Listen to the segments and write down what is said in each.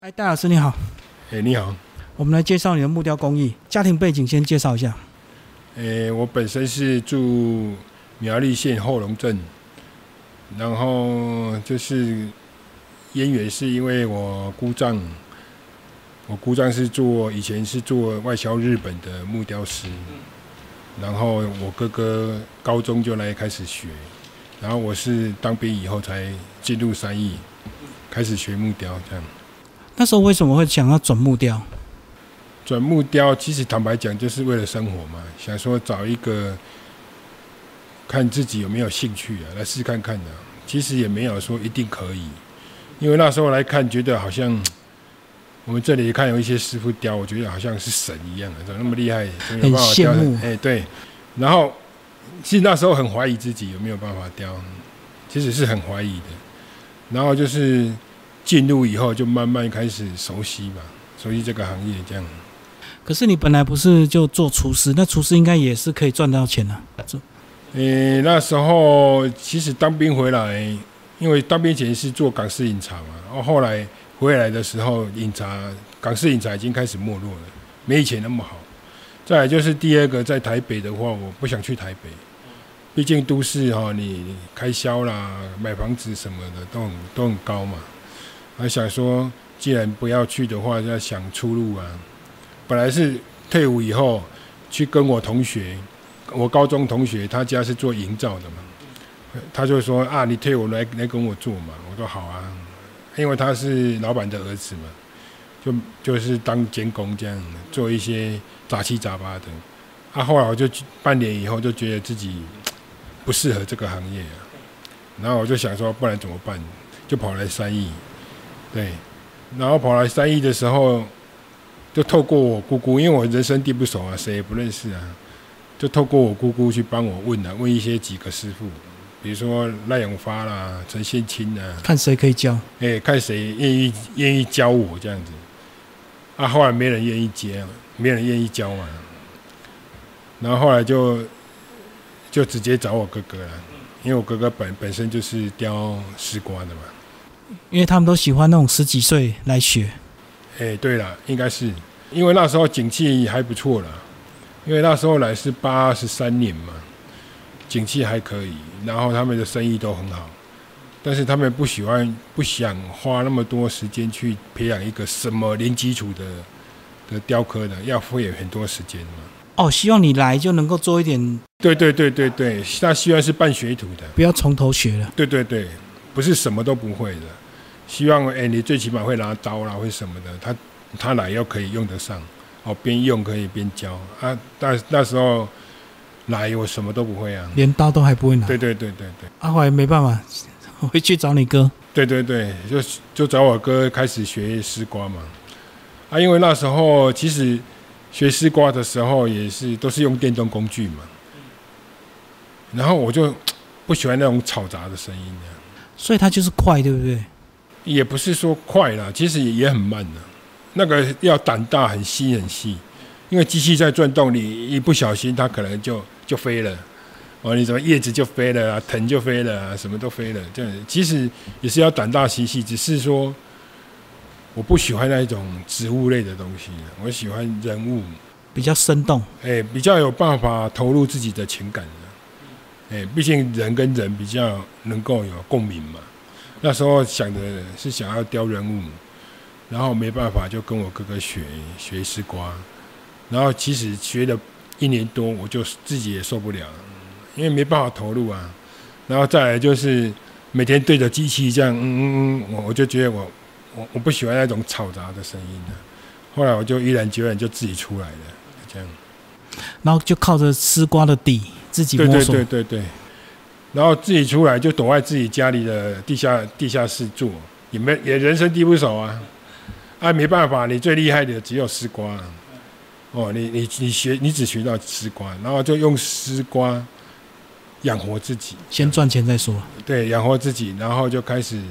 哎，戴老师你好。 你好。 我们来介绍你的木雕工艺，家庭背景先介绍一下。 我本身是住苗栗县后龙镇，然后就是渊源是因为我姑丈是以前是做外销日本的木雕师，然后我哥哥高中就来开始学，然后我是当兵以后才进入山艺，开始学木雕这样。 那时候为什么会想要转木雕？ 转木雕其实坦白讲就是为了生活嘛，想说找一个看自己有没有兴趣来试看看的。其实也没有说一定可以，因为那时候来看觉得好像我们这里看有一些师傅雕，我觉得好像是神一样的，怎么那么厉害，怎么有办法雕？ 很羡慕。 对。然后其实那时候很怀疑自己有没有办法雕，其实是很怀疑的。然后就是进入以后就慢慢开始熟悉这个行业这样。 可是你本来不是就做厨师，那厨师应该也是可以赚到钱的。 那时候其实当兵回来，因为当兵前是做港式饮茶嘛，然后后来回来的时候，港式饮茶已经开始没落了，没以前那么好。再来就是第二个，在台北的话，我不想去台北，毕竟都市你开销啦、买房子什么的都很高嘛。还想说，既然不要去的话，要想出路啊。本来是退伍以后去跟我高中同学，他家是做营造的嘛，他就说你退伍来跟我做嘛。我说好啊，因为他是老板的儿子嘛，就是当监工这样，做一些杂七杂八的。后来我就半年以后就觉得自己不适合这个行业然后我就想说，不然怎么办？就跑来山艺。对，然后跑来山艺的时候，就透过我姑姑，因为我人生地不熟谁也不认识就透过我姑姑去帮我问几个师傅，比如说赖永发啦、陈宪清看谁可以教， 看谁愿意教我这样子。后来没人愿意接，没人愿意教嘛，然后后来就直接找我哥哥了，因为我哥哥本身就是雕丝瓜的嘛。 因为他们都喜欢那种10几岁来学。 对了，应该是因为那时候景气还不错啦，因为那时候来是83年嘛，景气还可以，然后他们的生意都很好，但是他们不想花那么多时间去培养一个什么零基础的雕刻的，要费很多时间嘛。 希望你来就能够做一点。 对，他希望是半学徒的， 不要从头学了。 对，不是什么都不会的。希望你最起码会拿刀啦，会什么的，他来又可以用得上，边用可以边教那时候来我什么都不会连刀都还不会拿。 对。 后来没办法，我会去找你哥。 对，就找我哥开始学丝瓜嘛。因为那时候其实学丝瓜的时候都是用电动工具嘛，然后我就不喜欢那种嘈杂的声音所以它就是快，对不对？ 也不是说快啦，其实也很慢的。那个要胆大，很细，因为机器在转动，你一不小心它可能就飞了。你什么叶子就飞了藤就飞了什么都飞了。这样其实也是要胆大心细，只是说我不喜欢那一种植物类的东西，我喜欢人物， 比较生动， 比较有办法投入自己的情感毕竟人跟人比较能够有共鸣嘛。那时候想要雕人物，然后没办法就跟我哥哥学丝瓜，然后其实学了1年多，我就自己也受不了，因为没办法投入然后再来就是每天对着机器这样我就觉得我不喜欢那种嘈杂的声音后来我就毅然决然就自己出来了，这样。 然后就靠着丝瓜的底自己摸索。 对。然后自己出来就躲在自己家里的地下室做，也人生地不熟没办法，你最厉害的只有丝瓜你只学到丝瓜，然后就用丝瓜养活自己， 先赚钱再说。 对，养活自己，然后就开始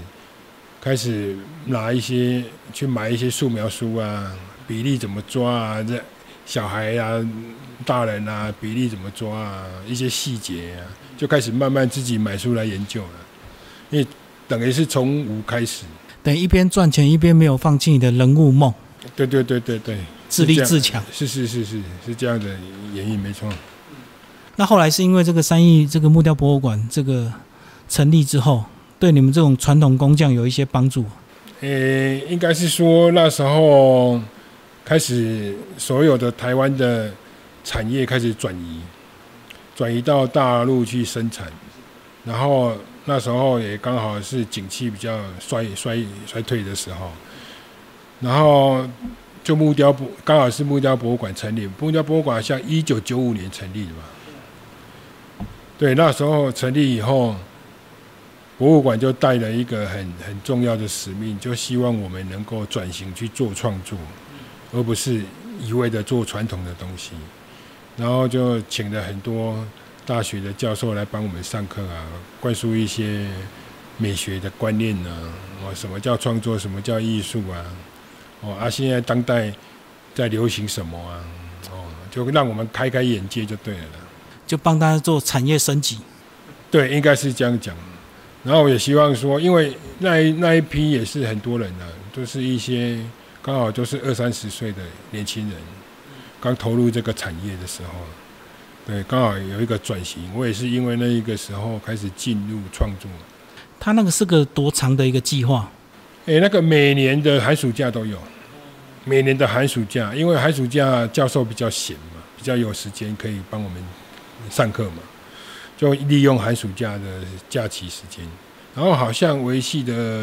去买一些素描书比例怎么抓小孩大人比例怎么抓一些细节就开始慢慢自己买书来研究了，因为等于是从无开始。 等于一边赚钱一边没有放弃你的人物梦。 对， 自立自强。 是这样的原因，没错。 那后来是因为这个3义这个木雕博物馆这个成立之后，对你们这种传统工匠有一些帮助。 应该是说那时候开始所有的台湾的产业开始转移到大陆去生产，然后那时候也刚好是景气比较衰退的时候，然后就刚好是木雕博物馆成立。木雕博物馆好像1995年成立的吧？对，那时候成立以后，博物馆就带了一个很重要的使命，就希望我们能够转型去做创作，而不是一味的做传统的东西。然后就请了很多大学的教授来帮我们上课啊，灌输一些美学的观念啊，什么叫创作，什么叫艺术啊，现在当代在流行什么啊，就让我们开眼界就对了啦。 就帮大家做产业升级。 对，应该是这样讲。然后我也希望说，因为那一批也是很多人啊，都是一些刚好都是20-30岁的年轻人，刚投入这个产业的时候，对，刚好有一个转型。我也是因为那一个时候开始进入创作。 他那个是个多长的一个计划？ 那个每年的寒暑假都有，每年的寒暑假，因为寒暑假教授比较闲嘛，比较有时间可以帮我们上课嘛，就利用寒暑假的假期时间，然后好像维系的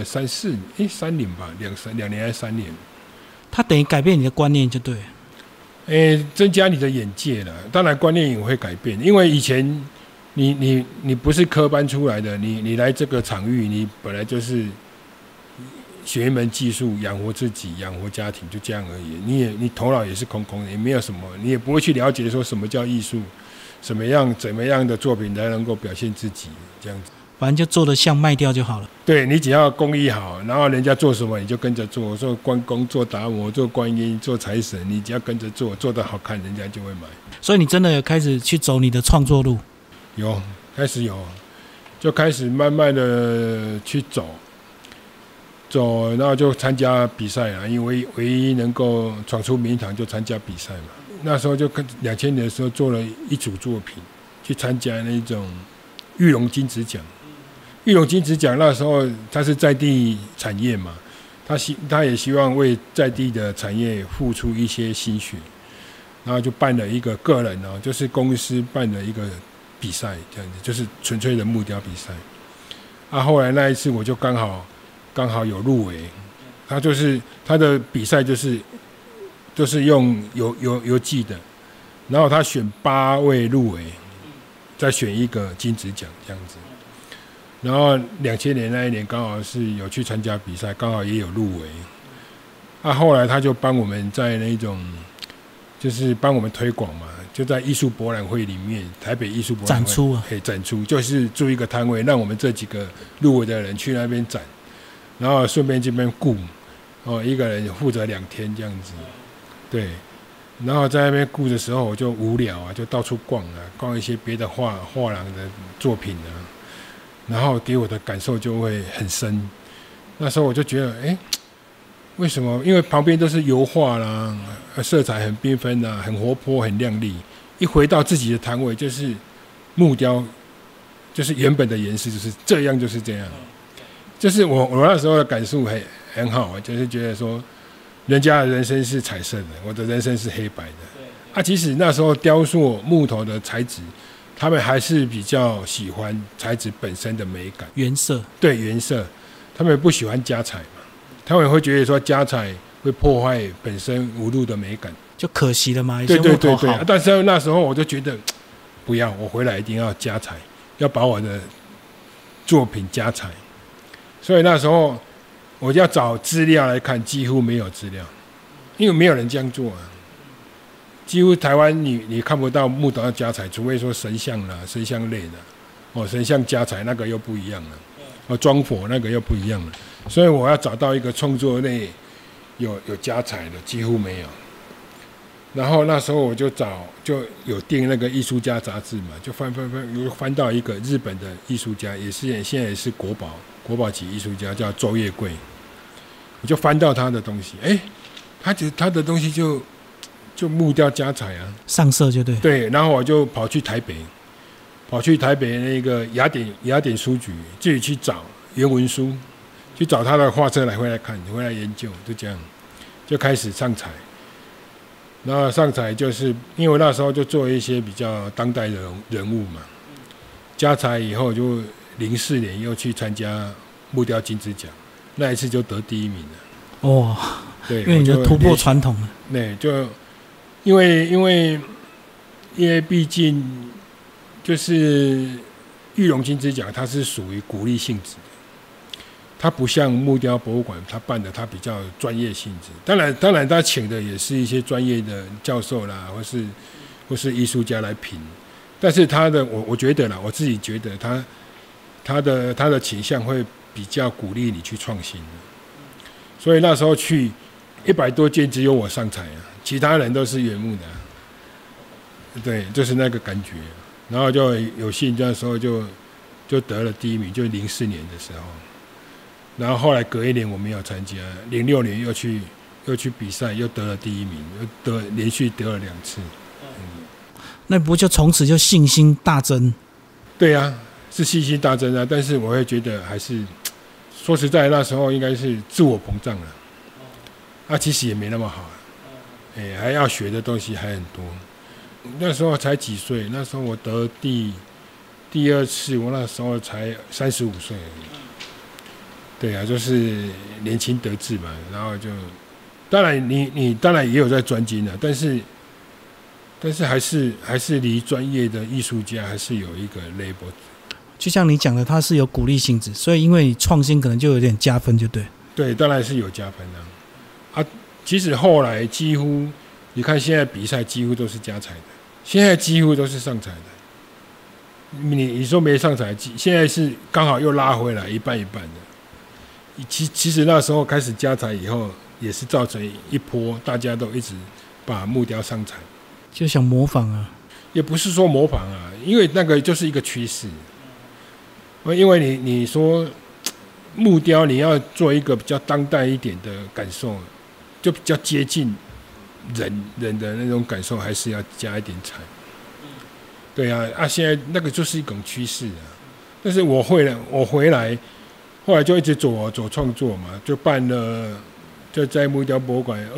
3年吧，2年还是3年。 它等于改变你的观念就对了。 增加你的眼界了，当然观念也会改变，因为以前你不是科班出来的，你来这个场域，你本来就是学一门技术，养活自己，养活家庭，就这样而已。你头脑也是空空的，也没有什么，你也不会去了解说什么叫艺术，怎么样的作品才能够表现自己，这样子。 反正就做得像卖掉就好了。 对，你只要工艺好，然后人家做什么你就跟着做，做关公、做达摩、做观音、做财神，你只要跟着做，做得好看，人家就会买。 所以你真的有开始去走你的创作路？ 有，开始有，就开始慢慢的去走，然后就参加比赛了，因为唯一能够闯出名堂就参加比赛嘛。那时候就跟2000年的时候做了一组作品，去参加那种玉龙金质奖。玉龙金质奖那时候它是在地产业嘛，他也希望为在地的产业付出一些心血，然后就办了一个个人就是公司办了一个比赛，这样子就是纯粹的木雕比赛。后来那一次我就刚好有入围，他的比赛就是用邮寄的，然后他选8位入围，再选一个金质奖这样子。然后2000年那一年刚好是有去参加比赛，刚好也有入围。后来他就帮我们在那种，就是帮我们推广嘛，就在艺术博览会里面，台北艺术博览会展出，就是租一个摊位，让我们这几个入围的人去那边展，然后顺便这边顾，一个人负责2天这样子，对。然后在那边顾的时候，我就无聊就到处逛一些别的画廊的作品然后给我的感受就会很深。那时候我就觉得，为什么？因为旁边都是油画啦，色彩很缤纷啦，很活泼，很亮丽。一回到自己的摊位，就是木雕，就是原本的颜色就是这样，就是这样。就是我那时候的感受很好，就是觉得说，人家的人生是彩色的，我的人生是黑白的。即使那时候雕塑木头的材质，他们还是比较喜欢材质本身的美感， 原色。对， 原色，他们不喜欢加彩嘛，他们会觉得说加彩会破坏本身无路的美感， 就可惜了嘛。 对，但是那时候我就觉得不要，我回来一定要加彩，要把我的作品加彩。所以那时候我就要找资料来看，几乎没有资料，因为没有人这样做几乎台湾你看不到木头要加彩，除非说神像啦、神像类的，神像加彩那个又不一样了，装佛那个又不一样了。所以我要找到一个创作类有加彩的，几乎没有。然后那时候我就有订那个艺术家杂志嘛，就翻到一个日本的艺术家，现在也是国宝级艺术家，叫周月贵。 我就翻到他的东西，他的东西就木雕家财啊， 上色就对。 对，然后我就跑去台北那个雅典书局，自己去找原文书，去找他的画册回来看，回来研究，就这样就开始上彩。然后上彩就是因为我那时候就做一些比较当代的人物嘛，加彩以后就04年又去参加木雕金质奖，那一次就得第1名了。 哇， 对， 因为你就突破传统了。 对，就因为毕竟就是玉龙金质奖，它是属于鼓励性质的。它不像木雕博物馆，它办的它比较专业性质。当然，他请的也是一些专业的教授啦，或是艺术家来评。但是我觉得啦，我自己觉得他的倾向会比较鼓励你去创新。所以那时候去100多件，只有我上彩啊，其他人都是原木的啊。对，就是那个感觉。然后就有幸那时候就得了第1名，就04年的时候。然后后来隔1年我没有参加，06年又去比赛，又得了第1名，连续得了2次。 那不就从此就信心大增？ 对啊，是信心大增啊！但是我会觉得还是说实在，那时候应该是自我膨胀了。其实也没那么好还要学的东西还很多。那时候才几岁，那时候我得第2次，我那时候才35岁而已。对啊，就是年轻得志嘛，然后就，当然你当然也有在专精啊，但是还是离专业的艺术家还是有一个 label。 就像你讲的，它是有鼓励性质，所以因为你创新可能就有点加分，就对。对， 当然是有加分啊。其实后来几乎，你看现在比赛几乎都是加彩的，现在几乎都是上彩的。你说没上彩，现在是刚好又拉回来一半一半的。其实那时候开始加彩以后，也是造成一波大家都一直把木雕上彩， 就想模仿啊， 也不是说模仿啊，因为那个就是一个趋势。因为你说木雕，你要做一个比较当代一点的感受，就比较接近人的那种感受，还是要加一点彩。对啊，现在那个就是一种趋势啊。但是我回来。后来就一直走创作嘛，就办了，就在木雕博物馆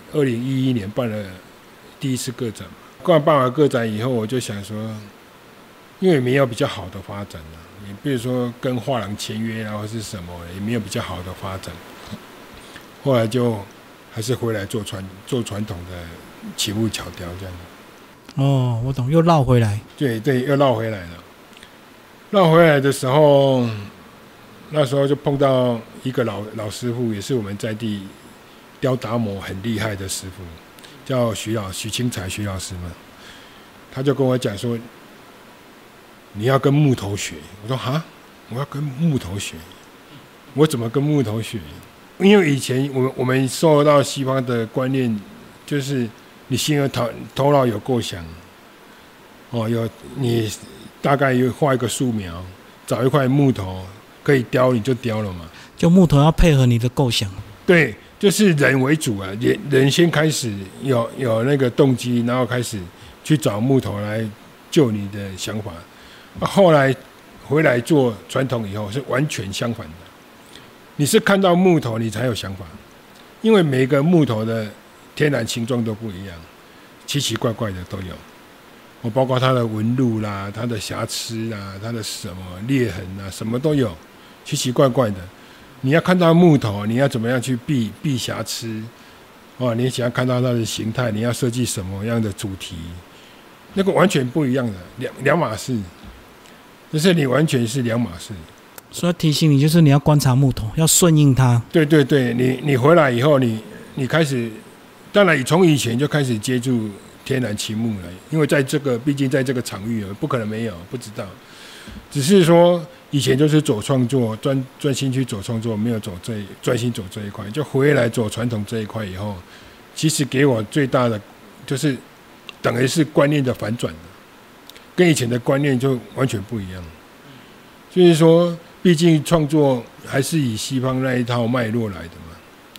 2011年办了第1次个展嘛。办完个展以后，我就想说，因为没有比较好的发展啊，你比如说跟画廊签约啊，或是什么，也没有比较好的发展。后来就还是回来做传统的起木巧雕这样。 哦，我懂，又绕回来。 对，又绕回来了。绕回来的时候。那时候就碰到一个老师傅，也是我们在地雕打磨很厉害的师傅，叫徐清才徐老师嘛。他就跟我讲说，你要跟木头学。我说哈，我要跟木头学，我怎么跟木头学？因为以前我们受到西方的观念，就是你先有头脑有构想，有你大概画一个素描，找一块木头。可以雕你就雕了嘛， 就木头要配合你的构想。对， 就是人为主啊，人先开始有那个动机，然后开始去找木头来救你的想法。后来回来做传统以后是完全相反的，你是看到木头你才有想法，因为每个木头的天然形状都不一样，奇奇怪怪的都有。包括它的纹路啦，它的瑕疵啦，它的什么裂痕啊，什么都有。奇奇怪怪的，你要看到木头，你要怎么样去避瑕疵？你想要看到它的形态，你要设计什么样的主题？那个完全不一样的，两码事，就是你完全是两码事。 所以提醒你，就是你要观察木头，要顺应它。 对，你回来以后，你开始，当然你从以前就开始接触天然漆木了，因为毕竟在这个场域不可能没有，不知道。只是说以前就是走创作，专心去走创作，没有专心走这一块，就回来走传统这一块以后，其实给我最大的就是等于是观念的反转，跟以前的观念就完全不一样。就是说，毕竟创作还是以西方那一套脉络来的嘛，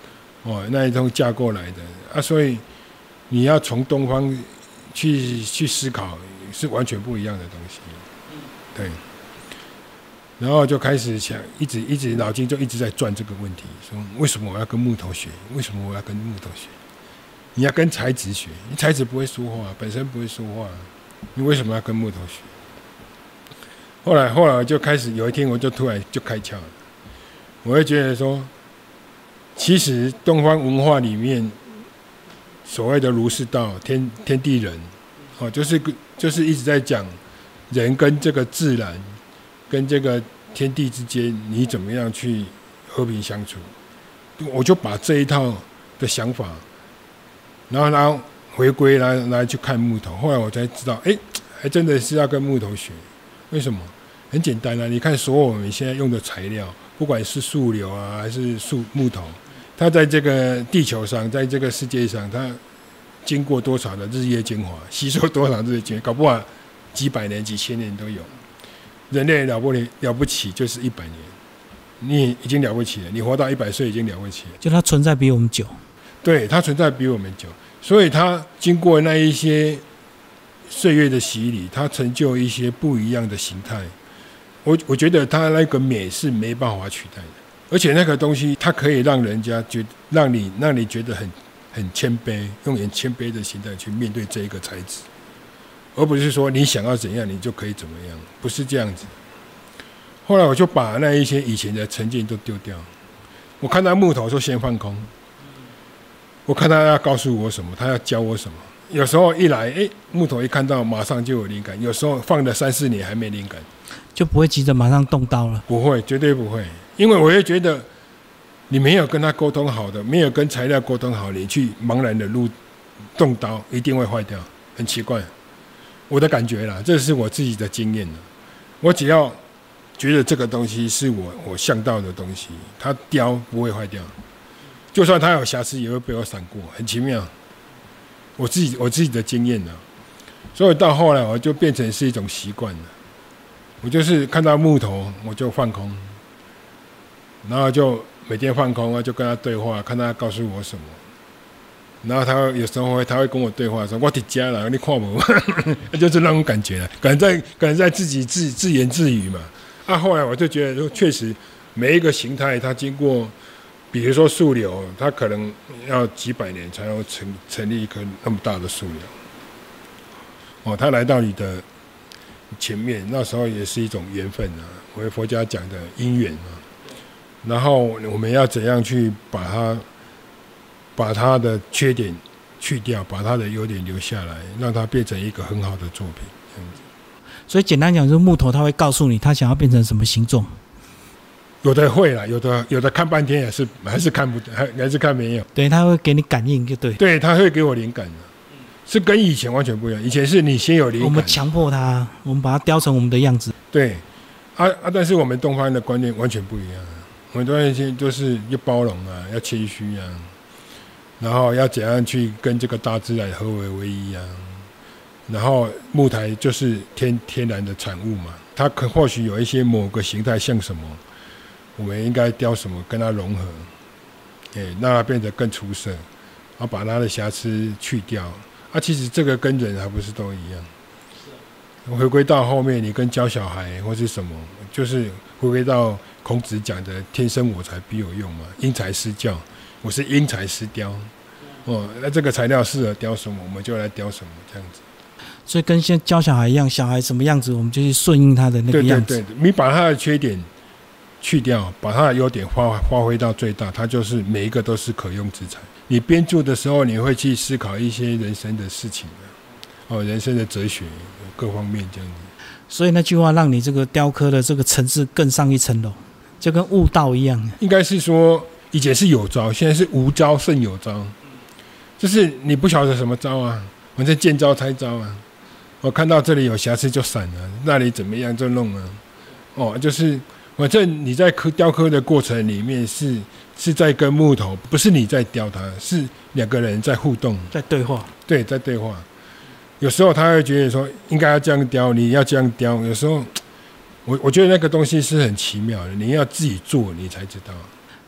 那一通嫁过来的啊，所以你要从东方去思考，是完全不一样的东西，对。然后就开始想，一直脑筋就一直在转这个问题，说为什么我要跟木头学？为什么我要跟木头学？你要跟材质学，材质不会说话，本身不会说话，你为什么要跟木头学？后来我就开始有一天，我就突然就开窍了，我会觉得说，其实东方文化里面所谓的儒释道、天地人，就是一直在讲人跟这个自然、跟这个天地之间，你怎么样去和平相处。我就把这一套的想法，然后回归来去看木头。后来我才知道，还真的是要跟木头学。为什么？很简单啊，你看所有我们现在用的材料，不管是树瘤啊还是木头，它在这个地球上，在这个世界上，它经过多少的日夜精华，吸收多少日夜精华，搞不好几百年、几千年都有。人类了不起就是100年，你已经了不起了，你活到100岁已经了不起了。 就它存在比我们久， 对，它存在比我们久，所以它经过那一些岁月的洗礼，它成就一些不一样的形态。我觉得它那个美是没办法取代的，而且那个东西它可以让人家让你觉得很谦卑，用很谦卑的心态去面对这一个材质，而不是说你想要怎样你就可以怎么样，不是这样子。后来我就把那一些以前的成见都丢掉，我看到木头就先放空，我看他要告诉我什么，他要教我什么。有时候一来，木头一看到马上就有灵感，有时候放了3-4年还没灵感， 就不会急着马上动刀了。 不会，绝对不会，因为我会觉得你没有跟他沟通好的，没有跟材料沟通好，你去茫然的动刀，一定会坏掉，很奇怪。我的感觉啦，这是我自己的经验啦。我只要觉得这个东西是我想到的东西，它雕不会坏掉，就算它有瑕疵，也会被我闪过，很奇妙。我自己的经验啦，所以到后来我就变成是一种习惯了。我就是看到木头我就放空，然后就每天放空啊，就跟他对话，看他告诉我什么。然后他有时候他会跟我对话说：“我在家了，你看我。”就是那种感觉了，可能在自己自言自语嘛。后来我就觉得说，确实每一个形态它经过，比如说树瘤，它可能要几百年才能成立一棵那么大的树瘤。它来到你的前面，那时候也是一种缘分啊，我们佛家讲的因缘啊。然后我们要怎样去把它的缺点去掉，把它的优点留下来，让它变成一个很好的作品，这样子。 所以简单讲，就是木头它会告诉你它想要变成什么形状。 有的会啦，有的看半天还是看不，还是看没有。 对，它会给你感应，就对。 对，它会给我灵感的，是跟以前完全不一样。以前是你先有灵感， 我们强迫它，我们把它雕成我们的样子。 对，但是我们东方的观念完全不一样啊。我们东方就是要包容啊，要谦虚啊，然后要怎样去跟这个大自然合为一啊。然后木材就是天然的产物嘛，它或许有一些某个形态像什么，我们应该雕什么跟它融合，让它变得更出色，然后把它的瑕疵去掉。其实这个跟人还不是都一样。回归到后面，你跟教小孩或是什么，就是回归到孔子讲的“天生我材必有用”嘛，因材施教。我是因材施雕，那这个材料适合雕什么，我们就来雕什么，这样子。 所以跟先教小孩一样，小孩什么样子，我们就去顺应他的那个样子。 对，你把他的缺点去掉，把他的优点发挥到最大，他就是每一个都是可用之材。你编著的时候，你会去思考一些人生的事情人生的哲学各方面这样子。 所以那句话让你这个雕刻的这个层次更上一层楼，就跟悟道一样。应该是说以前是有招，现在是无招胜有招，就是你不晓得什么招啊，反正见招拆招啊。我看到这里有瑕疵就闪了，那里怎么样就弄了。就是反正你在雕刻的过程里面是在跟木头，不是你在雕它，是两个人在互动， 在对话。 对，在对话。有时候他会觉得说应该要这样雕，你要这样雕。有时候我觉得那个东西是很奇妙的，你要自己做你才知道。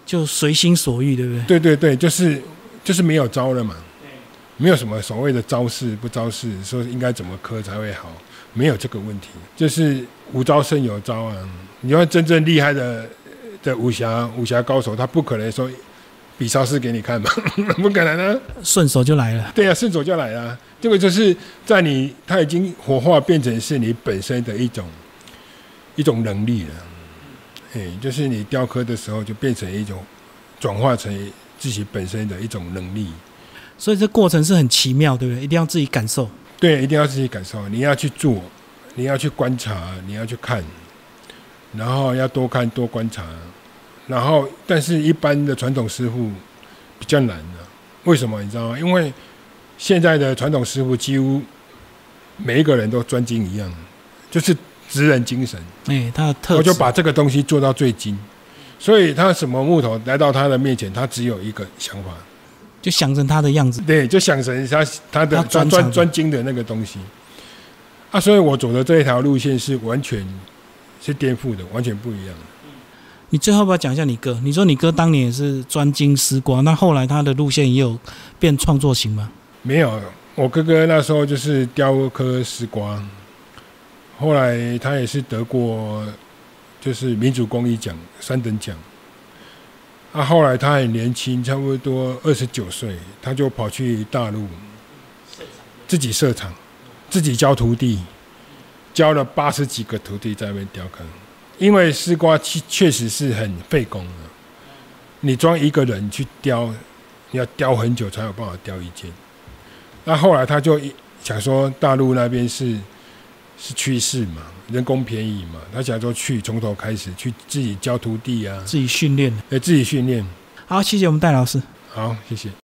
就随心所欲，对不对？ 对对对，就是没有招了嘛，没有什么所谓的招式不招式，说应该怎么刻才会好，没有这个问题，就是无招胜有招啊。你要真正厉害的武侠高手，他不可能说比招式给你看嘛，不可能啊， 顺手就来了。 对啊，顺手就来了。这个就是在它已经火化变成是你本身的一种能力了。就是你雕刻的时候就变成一种转化成自己本身的一种能力。 所以这过程是很奇妙，对不对？一定要自己感受。 对，一定要自己感受。你要去做，你要去观察，你要去看，然后要多看多观察。然后，但是一般的传统师傅比较难的，为什么你知道吗？因为现在的传统师傅几乎每一个人都专精一样，就是职人精神。 他的特质， 我就把这个东西做到最精，所以他什么木头来到他的面前，他只有一个想法， 就想成他的样子。 对，就想成他的专精的那个东西啊。所以我走的这一条路线是完全是颠覆的，完全不一样的。 你最后要不要讲一下你哥？你说你哥当年也是专精丝瓜，那后来他的路线也有变创作型吗？ 没有，我哥哥那时候就是雕刻丝瓜，后来他也是得过就是民主工艺奖3等奖。后来他很年轻，差不多29岁，他就跑去大陆自己设厂，自己教徒弟，教了80几个徒弟在那边雕刻。因为丝瓜确实是很费工的，你装一个人去雕，你要雕很久才有办法雕一件。那后来他就想说，大陆那边是趋势嘛，人工便宜嘛，他想说从头开始去自己教徒弟啊， 自己训练。 自己训练。 好，谢谢我们戴老师。 好，谢谢。